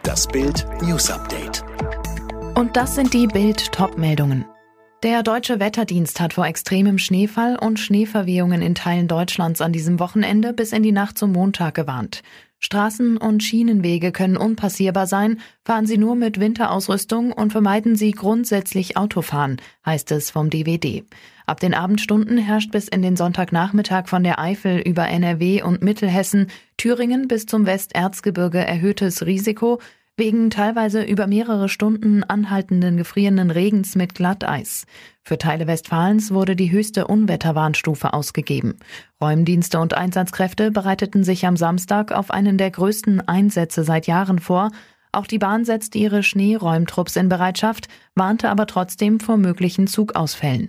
Das Bild News Update. Und das sind die Bild-Top-Meldungen. Der Deutsche Wetterdienst hat vor extremem Schneefall und Schneeverwehungen in Teilen Deutschlands an diesem Wochenende bis in die Nacht zum Montag gewarnt. Straßen und Schienenwege können unpassierbar sein, fahren Sie nur mit Winterausrüstung und vermeiden Sie grundsätzlich Autofahren, heißt es vom DWD. Ab den Abendstunden herrscht bis in den Sonntagnachmittag von der Eifel über NRW und Mittelhessen, Thüringen bis zum Westerzgebirge erhöhtes Risiko, wegen teilweise über mehrere Stunden anhaltenden gefrierenden Regens mit Glatteis. Für Teile Westfalens wurde die höchste Unwetterwarnstufe ausgegeben. Räumdienste und Einsatzkräfte bereiteten sich am Samstag auf einen der größten Einsätze seit Jahren vor. Auch die Bahn setzt ihre Schneeräumtrupps in Bereitschaft, warnte aber trotzdem vor möglichen Zugausfällen.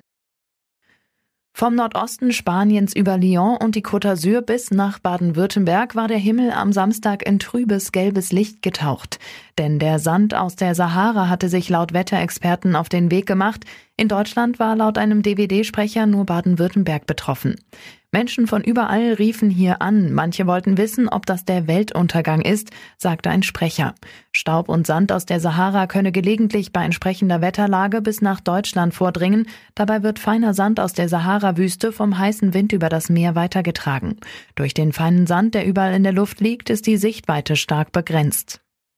Vom Nordosten Spaniens über Lyon und die Côte d'Azur bis nach Baden-Württemberg war der Himmel am Samstag in trübes gelbes Licht getaucht. Denn der Sand aus der Sahara hatte sich laut Wetterexperten auf den Weg gemacht. In Deutschland war laut einem DWD-Sprecher nur Baden-Württemberg betroffen. Menschen von überall riefen hier an. Manche wollten wissen, ob das der Weltuntergang ist, sagte ein Sprecher. Staub und Sand aus der Sahara könne gelegentlich bei entsprechender Wetterlage bis nach Deutschland vordringen. Dabei wird feiner Sand aus der Sahara-Wüste vom heißen Wind über das Meer weitergetragen. Durch den feinen Sand, der überall in der Luft liegt, ist die Sichtweite stark begrenzt.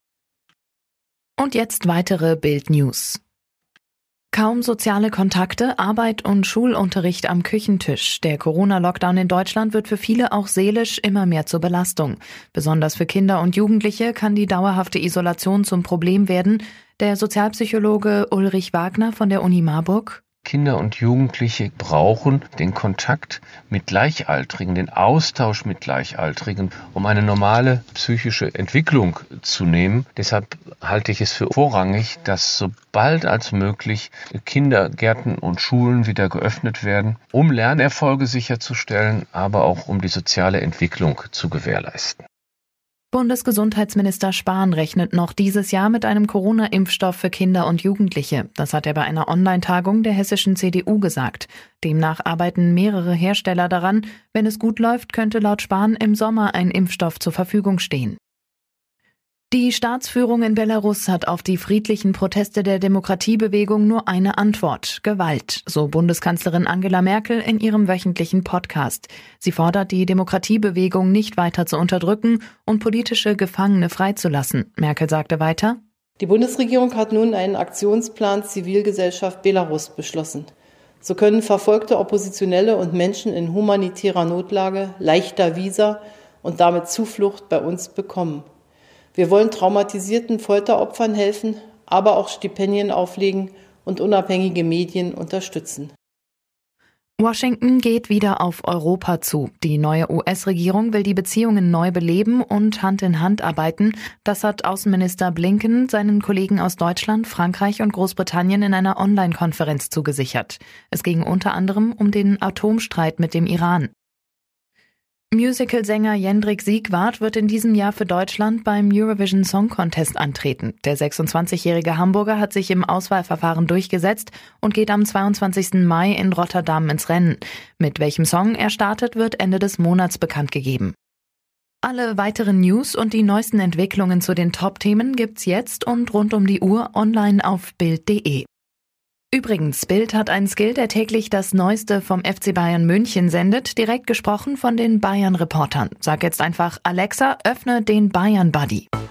Und jetzt weitere Bild-News. Kaum soziale Kontakte, Arbeit und Schulunterricht am Küchentisch. Der Corona-Lockdown in Deutschland wird für viele auch seelisch immer mehr zur Belastung. Besonders für Kinder und Jugendliche kann die dauerhafte Isolation zum Problem werden. Der Sozialpsychologe Ulrich Wagner von der Uni Marburg: Kinder und Jugendliche brauchen den Kontakt mit Gleichaltrigen, den Austausch mit Gleichaltrigen, um eine normale psychische Entwicklung zu nehmen. Deshalb halte ich es für vorrangig, dass so bald als möglich Kindergärten und Schulen wieder geöffnet werden, um Lernerfolge sicherzustellen, aber auch um die soziale Entwicklung zu gewährleisten. Bundesgesundheitsminister Spahn rechnet noch dieses Jahr mit einem Corona-Impfstoff für Kinder und Jugendliche. Das hat er bei einer Online-Tagung der hessischen CDU gesagt. Demnach arbeiten mehrere Hersteller daran. Wenn es gut läuft, könnte laut Spahn im Sommer ein Impfstoff zur Verfügung stehen. Die Staatsführung in Belarus hat auf die friedlichen Proteste der Demokratiebewegung nur eine Antwort: Gewalt, so Bundeskanzlerin Angela Merkel in ihrem wöchentlichen Podcast. Sie fordert, die Demokratiebewegung nicht weiter zu unterdrücken und politische Gefangene freizulassen. Merkel sagte weiter: Die Bundesregierung hat nun einen Aktionsplan Zivilgesellschaft Belarus beschlossen. So können verfolgte Oppositionelle und Menschen in humanitärer Notlage leichter Visa und damit Zuflucht bei uns bekommen. Wir wollen traumatisierten Folteropfern helfen, aber auch Stipendien auflegen und unabhängige Medien unterstützen. Washington geht wieder auf Europa zu. Die neue US-Regierung will die Beziehungen neu beleben und Hand in Hand arbeiten. Das hat Außenminister Blinken seinen Kollegen aus Deutschland, Frankreich und Großbritannien in einer Online-Konferenz zugesichert. Es ging unter anderem um den Atomstreit mit dem Iran. Musical-Sänger Jendrik Siegwart wird in diesem Jahr für Deutschland beim Eurovision Song Contest antreten. Der 26-jährige Hamburger hat sich im Auswahlverfahren durchgesetzt und geht am 22. Mai in Rotterdam ins Rennen. Mit welchem Song er startet, wird Ende des Monats bekannt gegeben. Alle weiteren News und die neuesten Entwicklungen zu den Top-Themen gibt's jetzt und rund um die Uhr online auf Bild.de. Übrigens, Bild hat einen Skill, der täglich das Neueste vom FC Bayern München sendet, direkt gesprochen von den Bayern-Reportern. Sag jetzt einfach: Alexa, öffne den Bayern-Buddy.